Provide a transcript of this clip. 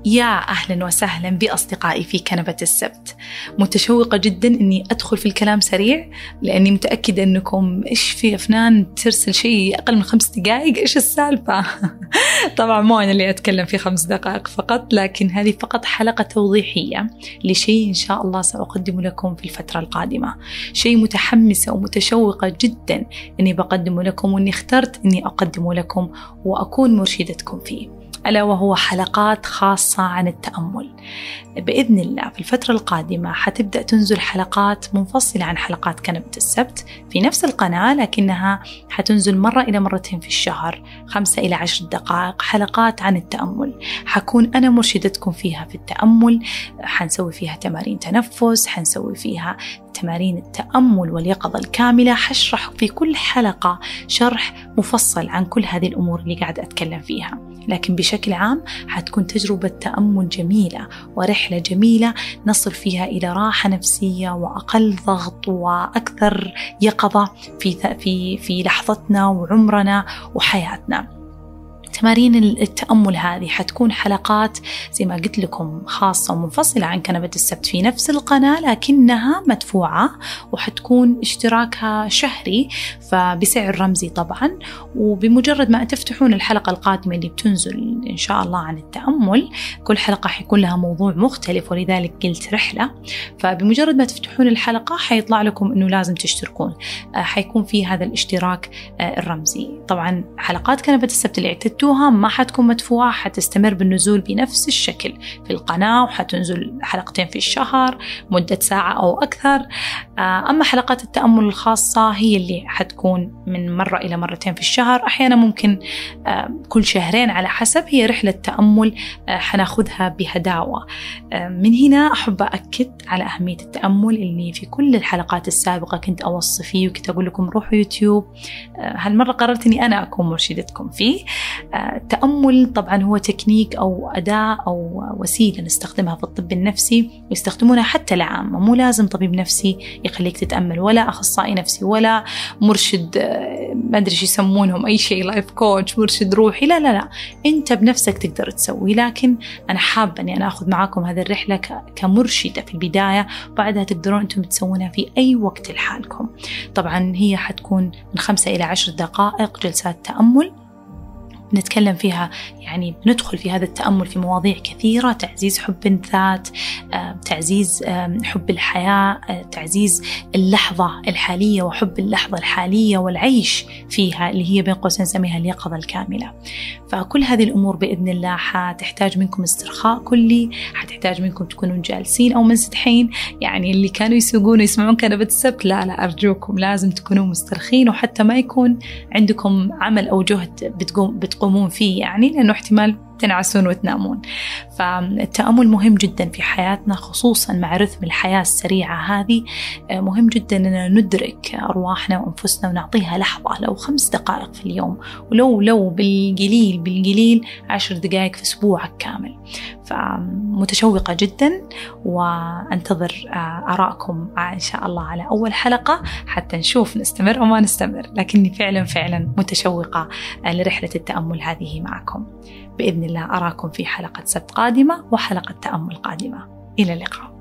يا أهلا وسهلا بأصدقائي في كنبة السبت. متشوقة جدا أني أدخل في الكلام سريع، لأني متأكدة أنكم إيش في أفنان ترسل شيء أقل من 5 دقائق، إيش السالفة؟ طبعا مو أنا اللي أتكلم في 5 دقائق فقط، لكن هذه فقط حلقة توضيحية لشيء إن شاء الله سأقدم لكم في الفترة القادمة. شيء متحمسة ومتشوقة جدا أني بقدمه لكم، وأني اخترت أني أقدمه لكم وأكون مرشدتكم فيه، ألا وهو حلقات خاصة عن التأمل. بإذن الله في الفترة القادمة حتبدأ تنزل حلقات منفصلة عن حلقات كنبة السبت في نفس القناة، لكنها حتنزل مرة إلى مرتين في الشهر، 5 إلى 10 دقائق، حلقات عن التأمل. حكون أنا مرشدتكم فيها في التأمل، حنسوي فيها تمارين تنفس، حنسوي فيها تمارين التأمل واليقظة الكاملة. حشرح في كل حلقة شرح مفصل عن كل هذه الأمور اللي قاعد أتكلم فيها، لكن بشكل عام حتكون تجربة تأمل جميلة ورحلة جميلة نصل فيها إلى راحة نفسية وأقل ضغط وأكثر يقظة في لحظتنا وعمرنا وحياتنا. تمارين التأمل هذه حتكون حلقات زي ما قلت لكم خاصة ومنفصلة عن كنبة السبت في نفس القناة، لكنها مدفوعة وحتكون اشتراكها شهري فبسعر رمزي طبعا. وبمجرد ما تفتحون الحلقة القادمة اللي بتنزل إن شاء الله عن التأمل، كل حلقة حيكون لها موضوع مختلف ولذلك قلت رحلة، فبمجرد ما تفتحون الحلقة حيطلع لكم إنه لازم تشتركون، حيكون في هذا الاشتراك الرمزي. طبعا حلقات كنبة السبت اللي اعتدتوها ما حتكون مدفوعة، حتستمر بالنزول بنفس الشكل في القناة، وحتنزل حلقتين في الشهر مدة ساعة أو أكثر. أما حلقات التأمل الخاصة هي اللي حتكون من مرة إلى مرتين في الشهر، أحيانا ممكن كل شهرين على حسب. هي رحلة تأمل حناخذها بهداوة. من هنا أحب أكد على أهمية التأمل اللي في كل الحلقات السابقة كنت أوصي فيه، وكنت أقول لكم روحوا يوتيوب. هالمرة قررت أني أنا أكون مرشدتكم فيه. التأمل طبعا هو تكنيك أو أداة أو وسيلة نستخدمها في الطب النفسي، ويستخدمونها حتى العامة. مو لازم طبيب نفسي يخليك تتأمل، ولا أخصائي نفسي، ولا مرشد ما أدري شو يسمونهم، أي شيء، لايف كوتش، مرشد روحي، لا لا لا، أنت بنفسك تقدر تسوي. لكن أنا حابة أني أنا أخذ معاكم هذه الرحلة كمرشدة في البداية، بعدها تقدرون أنتم تسوونها في أي وقت لحالكم. طبعا هي حتكون من 5 إلى 10 دقائق جلسات تأمل نتكلم فيها، يعني ندخل في هذا التأمل في مواضيع كثيرة: تعزيز حب الذات، تعزيز حب الحياة، تعزيز اللحظة الحالية وحب اللحظة الحالية والعيش فيها، اللي هي بين قوسين نسميها اليقظة الكاملة. فكل هذه الأمور بإذن الله حتحتاج منكم استرخاء كلي، حتحتاج منكم تكونون جالسين أو منسدحين. يعني اللي كانوا يسوقون ويسمعون كنبة السبت، لا أرجوكم لازم تكونوا مسترخين، وحتى ما يكون عندكم عمل أو جهد بتقومون فيه، يعني لأنه احتمال تنعسون وتنامون. فالتأمل مهم جدا في حياتنا، خصوصا مع رتم الحياة السريعة هذه. مهم جدا أننا ندرك أرواحنا وأنفسنا ونعطيها لحظة، لو 5 دقائق في اليوم، ولو بالقليل 10 دقائق في أسبوعك كامل. فمتشوقة جدا وأنتظر آرائكم إن شاء الله على أول حلقة، حتى نشوف نستمر أو ما نستمر. لكني فعلا متشوقة لرحلة التأمل هذه معكم. بإذن الله أراكم في حلقة سبت قادمة وحلقة تأمل قادمة. إلى اللقاء.